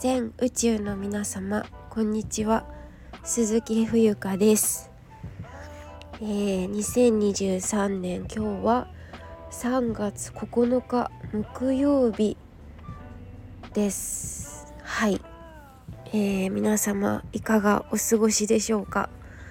全宇宙の皆様こんにちは、鈴木冬香です。2023年今日は3月9日木曜日です。はい、皆様いかがお過ごしでしょうか。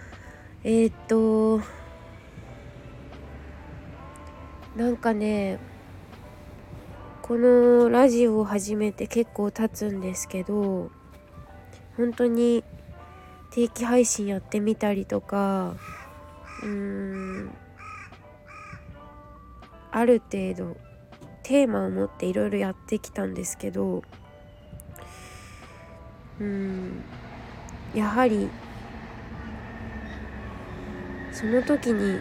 なんかね、このラジオを始めて結構経つんですけど、本当に定期配信やってみたりとか、ある程度テーマを持っていろいろやってきたんですけど、やはりその時に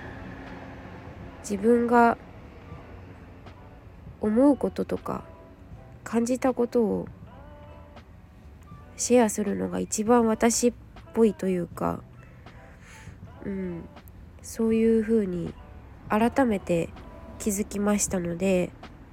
自分が思うこととか感じたことをシェアするのが一番私っぽいというか、そういうふうに改めて気づきましたので、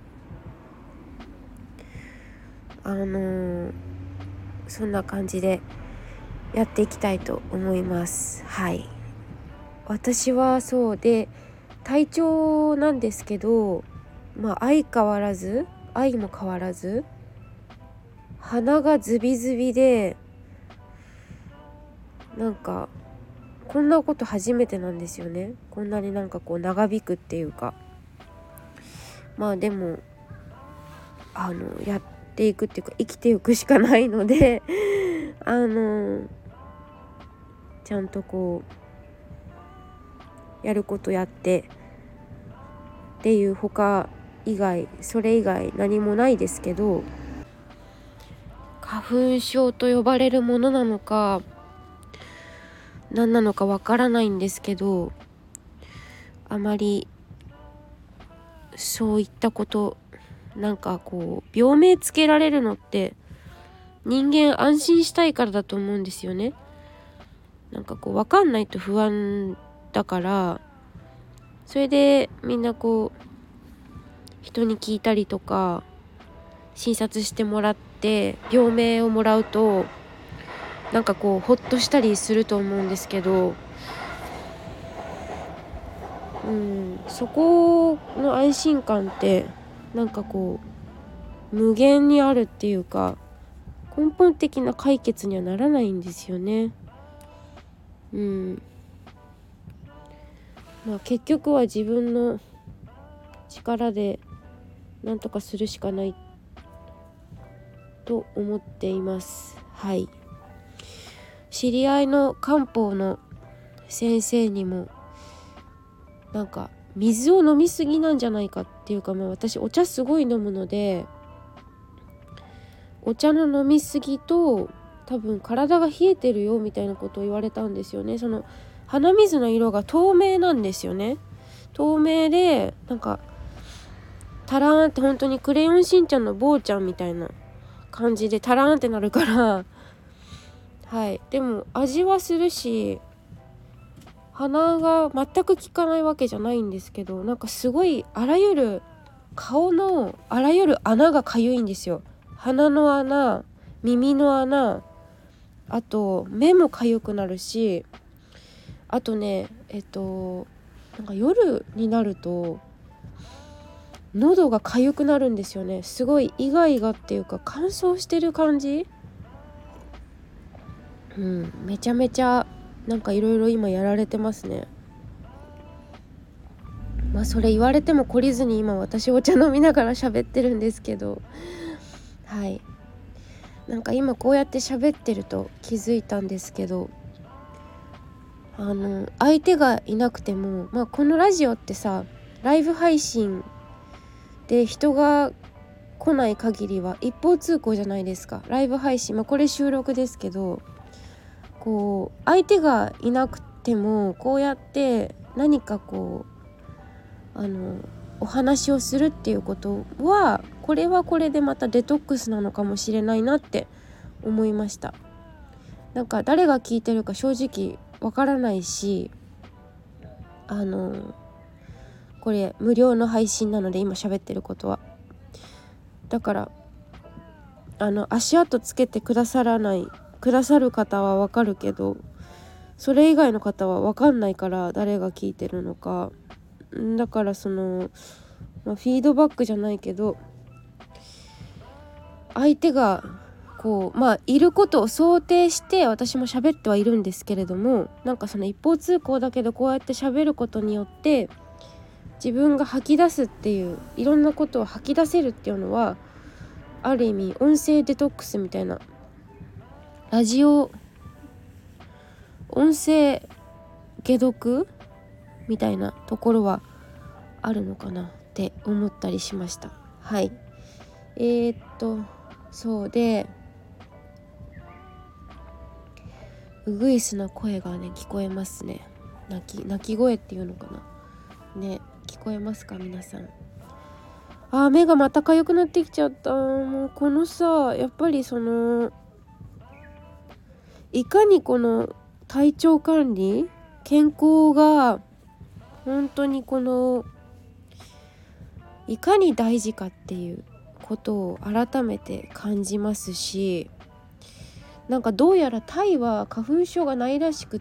そんな感じでやっていきたいと思います。はい、私はそうで体調なんですけど、相も変わらず鼻がズビズビで、なんかこんなこと初めてなんですよね。こんなに長引くっていうか、でもやっていくっていうか生きていくしかないのでちゃんとやることやってっていうそれ以外何もないですけど、花粉症と呼ばれるものなのか何なのかわからないんですけど、あまりそういったこと病名つけられるのって人間安心したいからだと思うんですよね。わかんないと不安だから、それでみんな人に聞いたりとか診察してもらって病名をもらうとほっとしたりすると思うんですけど、そこの安心感って無限にあるっていうか、根本的な解決にはならないんですよね。結局は自分の力でなんとかするしかないと思っています。はい、知り合いの漢方の先生にも水を飲みすぎなんじゃないかっていうか、私お茶すごい飲むので、お茶の飲みすぎと多分体が冷えてるよみたいなことを言われたんですよね。その鼻水の色が透明なんですよね。透明でタラーンって本当にクレヨンしんちゃんの坊ちゃんみたいな感じでタラーンってなるからはい、でも味はするし鼻が全く効かないわけじゃないんですけど、すごい顔のあらゆる穴がかゆいんですよ。鼻の穴、耳の穴、あと目もかゆくなるし、あとね夜になると喉がかゆくなるんですよね。すごいイガイガっていうか乾燥してる感じ。めちゃめちゃいろいろ今やられてますね。それ言われても懲りずに今私お茶飲みながら喋ってるんですけど、はい、今こうやって喋ってると気づいたんですけど、相手がいなくても、このラジオってさ、ライブ配信で人が来ない限りは一方通行じゃないですか。ライブ配信、これ収録ですけど、相手がいなくてもこうやって何かお話をするっていうことはこれはこれでまたデトックスなのかもしれないなって思いました。誰が聞いてるか正直わからないし、これ無料の配信なので今喋ってることはだから足跡つけてくださる方はわかるけど、それ以外の方はわかんないから、誰が聞いてるのか。だからフィードバックじゃないけど、相手がいることを想定して私も喋ってはいるんですけれども、なんかその一方通行だけど、こうやって喋ることによって自分が吐き出すっていう、いろんなことを吐き出せるっていうのは、ある意味音声デトックスみたいな、音声解毒みたいなところはあるのかなって思ったりしました。はい。そうで、ウグイスの声がね聞こえますね。鳴き声っていうのかなね、聞こえますか皆さん。目がまた痒くなってきちゃった。もうこのさ、やっぱりいかにこの体調管理、健康が本当にいかに大事かっていうことを改めて感じますし、なんかどうやらタイは花粉症がないらしくって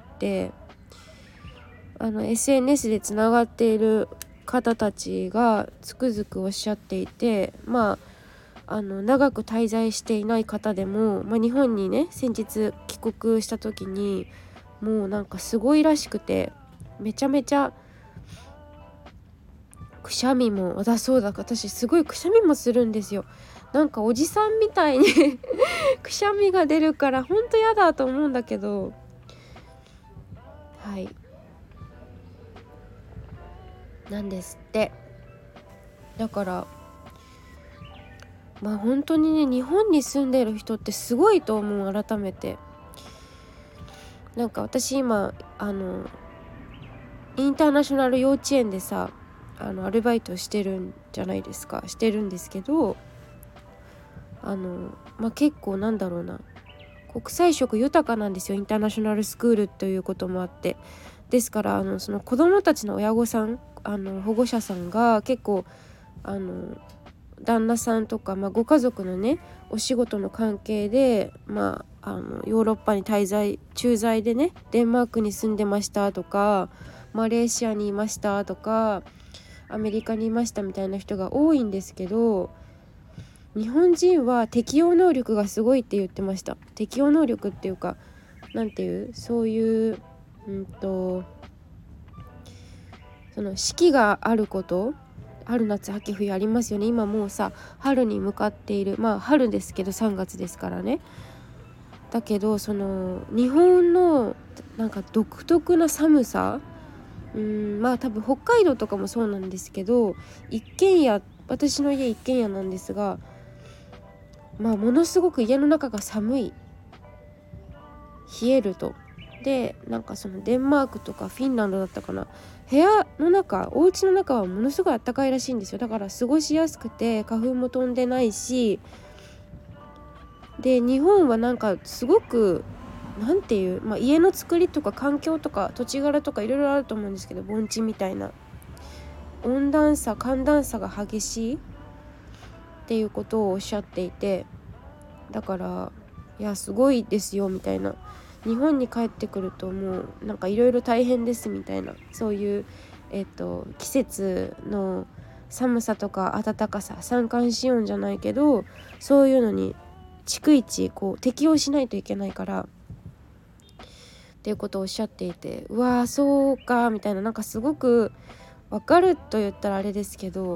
、SNS でつながっている方たちがつくづくおっしゃっていて、長く滞在していない方でも、日本にね先日帰国した時にもうなんかすごいらしくて、めちゃめちゃくしゃみも、私すごいくしゃみもするんですよ。なんかおじさんみたいにくしゃみが出るからほんとやだと思うんだけど、はいなんですって。だから本当にね、日本に住んでる人ってすごいと思う。改めてなんか私今インターナショナル幼稚園でさ、アルバイトしてるんじゃないですか。してるんですけど、結構国際色豊かなんですよ、インターナショナルスクールということもあって。ですからその子どもたちの親御さん、保護者さんが結構旦那さんとか、ご家族のねお仕事の関係で、ヨーロッパに駐在でね、デンマークに住んでましたとか、マレーシアにいましたとか、アメリカにいましたみたいな人が多いんですけど、日本人は適応能力がすごいって言ってました。適応能力っていうか、そういうその四季があること、春夏秋冬ありますよね。今もうさ春に向かっている、春ですけど3月ですからね。だけど日本の独特な寒さ、多分北海道とかもそうなんですけど、私の家一軒家なんですが、ものすごく家の中が寒い、冷えると。でデンマークとかフィンランドだったかな、お家の中はものすごい暖かいらしいんですよ。だから過ごしやすくて花粉も飛んでないし、で日本はすごく家の作りとか環境とか土地柄とかいろいろあると思うんですけど、盆地みたいな寒暖差が激しいっていうことをおっしゃっていて、だからいやすごいですよみたいな、日本に帰ってくるともういろいろ大変ですみたいな、そういう季節の寒さとか暖かさ、三寒四温じゃないけど、そういうのに逐一適応しないといけないからっていうことをおっしゃっていて、うわーそうかみたいな、すごくわかると言ったらあれですけど、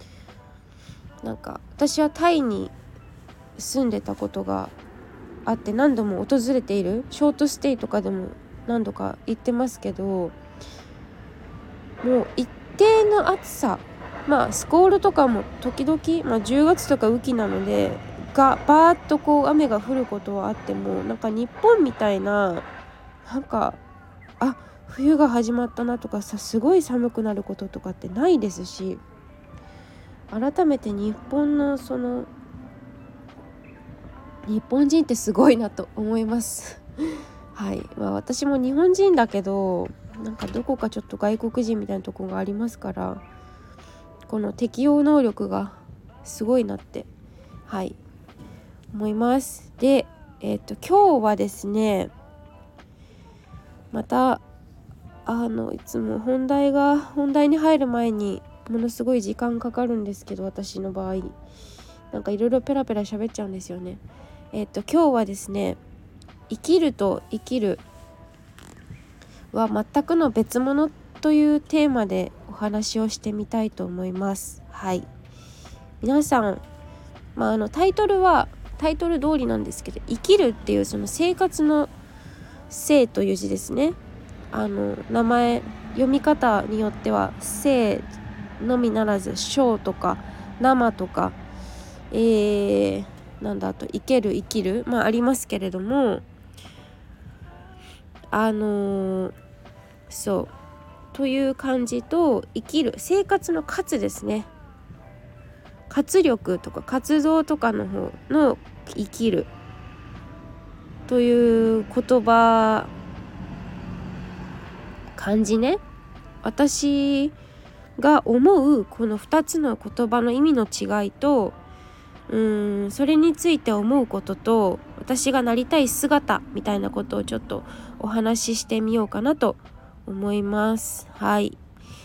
私はタイに住んでたことがあって、何度も訪れている、ショートステイとかでも何度か行ってますけど、もう一定の暑さ、スコールとかも時々、10月とか雨季なのでバーッと雨が降ることはあっても、日本みたいな冬が始まったなとかさ、すごい寒くなることとかってないですし、改めて日本人ってすごいなと思いますはい、私も日本人だけどどこかちょっと外国人みたいなところがありますから、この適応能力がすごいなって思います。で、今日はですね、またいつも本題に入る前にものすごい時間かかるんですけど、私の場合なんかいろいろペラペラ喋っちゃうんですよね。今日はですね、生きると生きるは全くの別物というテーマでお話をしてみたいと思います。はい、皆さん、タイトル通りなんですけど、生きるっていうその生活の生という字ですね。名前読み方によっては生のみならず生とか生とか、あと生ける生きるありますけれども、そうという感じと、生きる生活の活ですね、活力とか活動とかの方の生きるという言葉、漢字ね。私が思うこの2つの言葉の意味の違いと、それについて思うことと、私がなりたい姿みたいなことをちょっとお話ししてみようかなと思います。はい。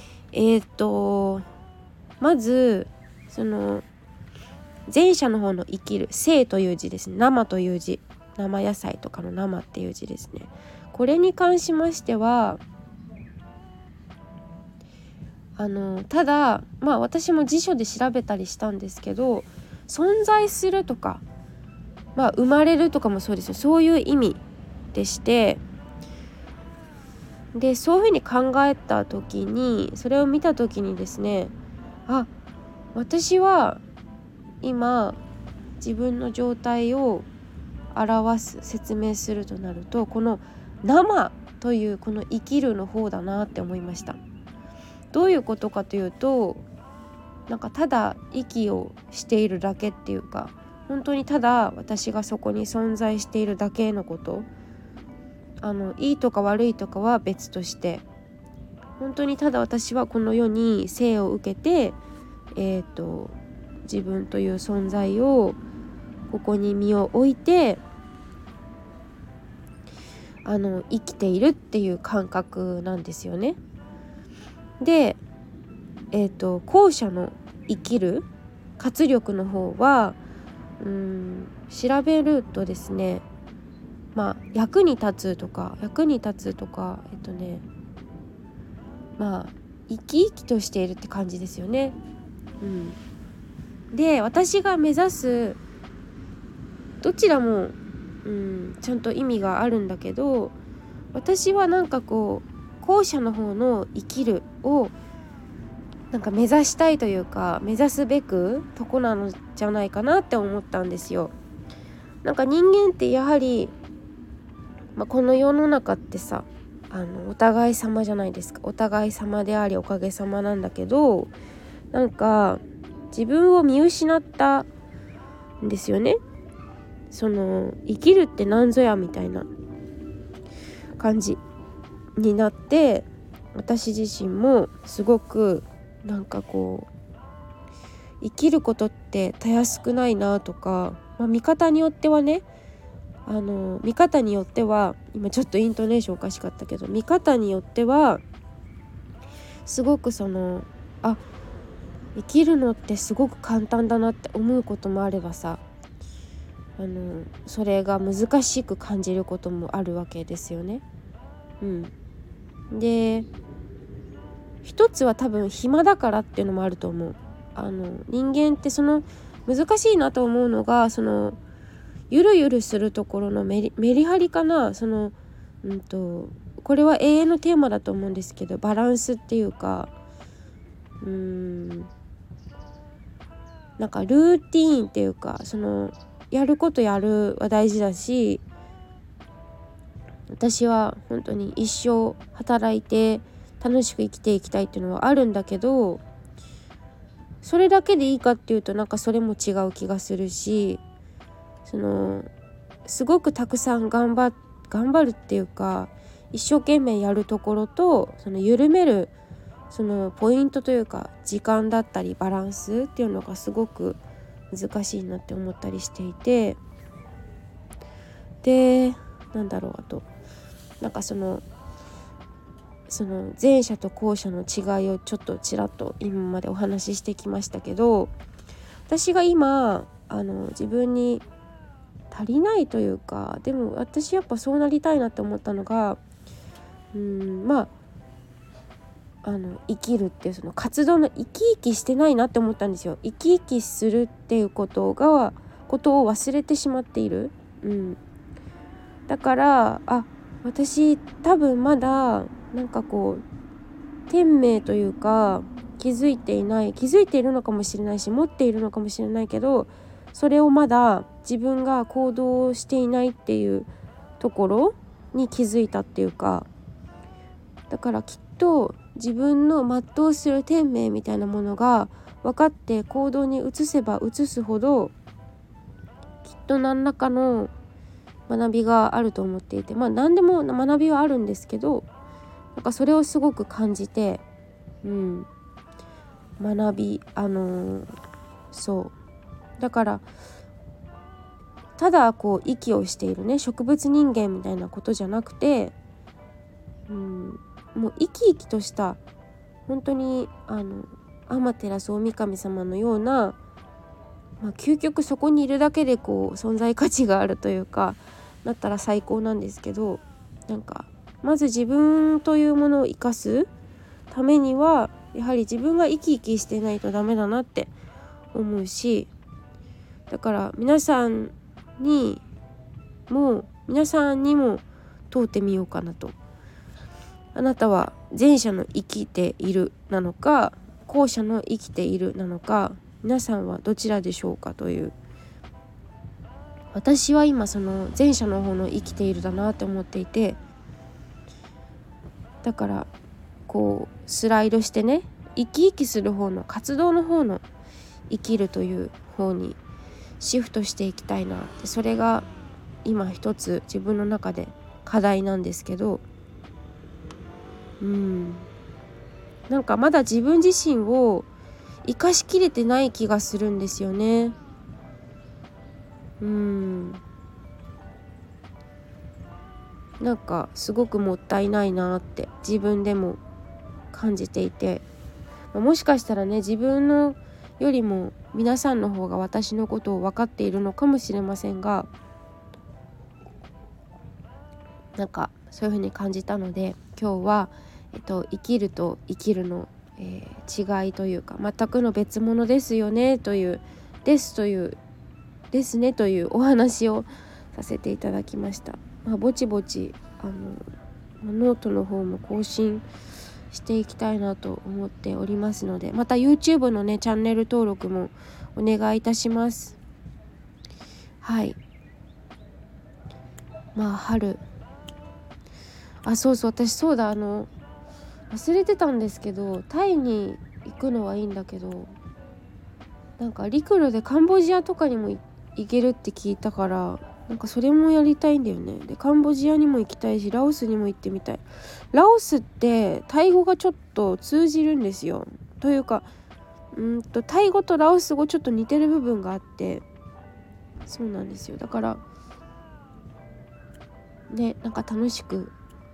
まずその前者の方の生きる、生という字ですね。生という字、生野菜とかの生っていう字ですね。これに関しましてはただ私も辞書で調べたりしたんですけど、存在するとか、生まれるとかもそうですよ。そういう意味でして、でそういうふうに考えた時に、それを見た時にですね、私は今自分の状態を表す、説明するとなると、この生というこの生きるの方だなって思いました。どういうことかというと、ただ息をしているだけっていうか、本当にただ私がそこに存在しているだけのこと、いいとか悪いとかは別として、本当にただ私はこの世に生を受けて、自分という存在をここに身を置いて生きているっていう感覚なんですよね。で、後者の生きる活力の方は調べるとですね、役に立つとか生き生きとしているって感じですよね。で、私が目指すどちらもちゃんと意味があるんだけど、私は後者の方の生きるを目指したいというか、目指すべくとこなのじゃないかなって思ったんですよ。人間ってやはり、この世の中ってさ、お互い様じゃないですか。お互い様でありおかげさまなんだけど、自分を見失ったんですよね。その生きるってなんぞやみたいな感じになって、私自身もすごく生きることってたやすくないなとか、見方によってはね、見方によっては、今ちょっとイントネーションおかしかったけど、見方によってはすごく生きるのってすごく簡単だなって思うこともあればさ、それが難しく感じることもあるわけですよね。で、一つは多分暇だからっていうのもあると思う。人間ってその難しいなと思うのが、そのゆるゆるするところのメリハリかな。これは永遠のテーマだと思うんですけど、バランスっていうか、ルーティーンっていうか、そのやることやるは大事だし、私は本当に一生働いて楽しく生きていきたいっていうのはあるんだけど、それだけでいいかっていうとそれも違う気がするし、すごくたくさん頑張るっていうか、一生懸命やるところと、その緩めるそのポイントというか、時間だったりバランスっていうのがすごく難しいなって思ったりしていて、 でなんだろう、あとなんかその前者と後者の違いをちょっとちらっと今までお話ししてきましたけど、私が今自分に足りないというか、でも私やっぱそうなりたいなって思ったのが、生きるっていうその活動の生き生きしてないなって思ったんですよ。生き生きするっていうことを忘れてしまっている、だから私多分まだなんかこう天命というか気づいているのかもしれないし、持っているのかもしれないけど、それをまだ自分が行動していないっていうところに気づいたっていうか、だからきっと自分の全うする天命みたいなものが分かって行動に移せば移すほど、きっと何らかの学びがあると思っていて、何でも学びはあるんですけど、なんかそれをすごく感じて、学びそうだから、ただこう息をしているね植物人間みたいなことじゃなくて、もう生き生きとした本当に天照大神様のような、究極そこにいるだけでこう存在価値があるというかなったら最高なんですけど、なんかまず自分というものを生かすためにはやはり自分が生き生きしてないとダメだなって思うし、だから皆さんにも問うてみようかなと。あなたは前者の生きているなのか後者の生きているなのか、皆さんはどちらでしょうかという。私は今その前者の方の生きているだなって思っていて、だからこうスライドしてね、生き生きする方の活動の方の生きるという方にシフトしていきたいなって、それが今一つ自分の中で課題なんですけど、なんかまだ自分自身を生かしきれてない気がするんですよね。なんかすごくもったいないなって自分でも感じていて、もしかしたらね自分のよりも皆さんの方が私のことを分かっているのかもしれませんが、なんかそういう風に感じたので、今日は、生きると生きるの、違いというか全くの別物ですよねというですねというお話をさせていただきました。ぼちぼちノートの方も更新していきたいなと思っておりますので、また YouTube のねチャンネル登録もお願いいたします。はい。春、そう私忘れてたんですけど、タイに行くのはいいんだけど、なんか陸路でカンボジアとかにも行けるって聞いたから、なんかそれもやりたいんだよね。でカンボジアにも行きたいし、ラオスにも行ってみたい。ラオスってタイ語がちょっと通じるんですよ。というかタイ語とラオス語ちょっと似てる部分があって、そうなんですよ。だからね、なんか楽しく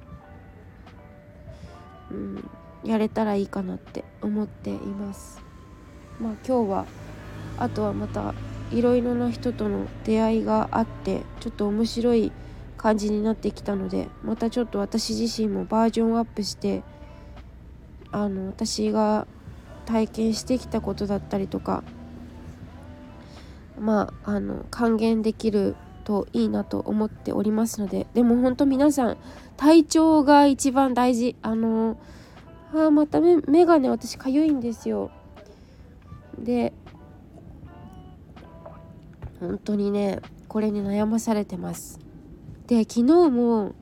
やれたらいいかなって思っています。今日はあとはまたいろいろな人との出会いがあってちょっと面白い感じになってきたので、またちょっと私自身もバージョンアップして私が体験してきたことだったりとか還元できるといいなと思っておりますので、でも本当皆さん体調が一番大事。また目がね私かゆいんですよ。で本当にねこれに悩まされてます。で昨日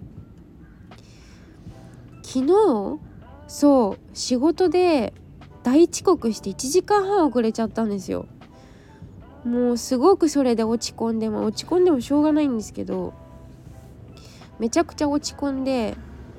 仕事で大遅刻して1時間半遅れちゃったんですよ。もうすごくそれで落ち込んでもしょうがないんですけど、めちゃくちゃ落ち込んで、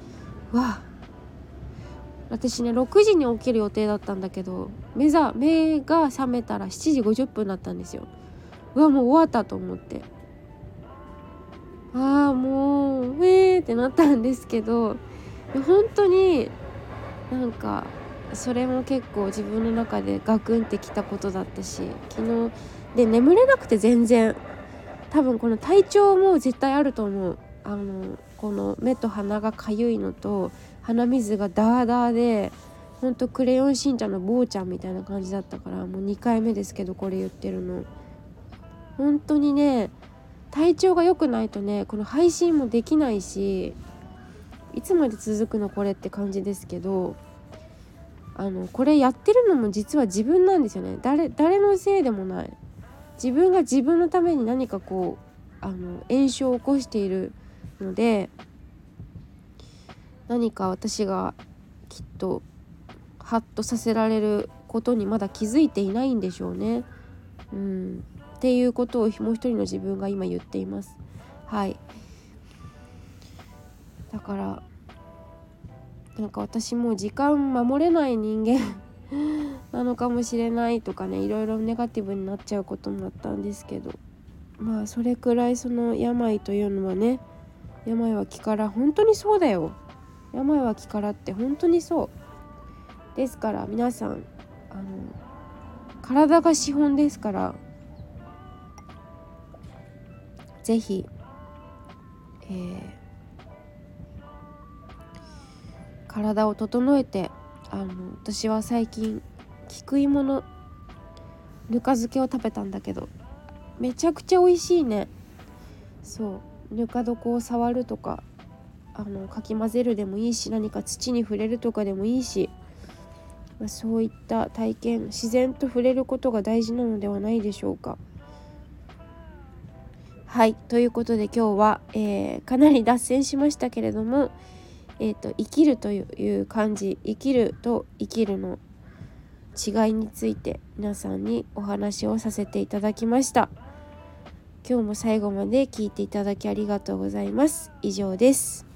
私ね6時に起きる予定だったんだけど、目が覚めたら7時50分だったんですよ。もう終わったと思って、 もうってなったんですけど、本当になんかそれも結構自分の中でガクンってきたことだったし、昨日で眠れなくて、全然多分この体調も絶対あると思う。この目と鼻がかゆいのと鼻水がダーダーで、ほんとクレヨンしんちゃんの坊ちゃんみたいな感じだったから、もう2回目ですけどこれ言ってるの。本当にね、体調が良くないとね、この配信もできないし、いつまで続くのこれって感じですけど、これやってるのも実は自分なんですよね。誰のせいでもない。自分が自分のために何かこう炎症を起こしているので、何か私がきっとハッとさせられることにまだ気づいていないんでしょうね。っていうことをもう一人の自分が今言っています。はい。だからなんか私も時間守れない人間なのかもしれないとかね、いろいろネガティブになっちゃうこともあったんですけど、まあそれくらいその病というのはね、病は気から、本当にそうだよ。病は気からって本当にそうですから、皆さん体が資本ですから、ぜひ、体を整えて、私は最近菊芋のぬか漬けを食べたんだけど、めちゃくちゃ美味しいね。そうぬか床を触るとかかき混ぜるでもいいし、何か土に触れるとかでもいいし、そういった体験、自然と触れることが大事なのではないでしょうか。はい、ということで今日は、かなり脱線しましたけれども、生きるという漢字、生きると生きるの違いについて皆さんにお話をさせていただきました。今日も最後まで聞いていただきありがとうございます。以上です。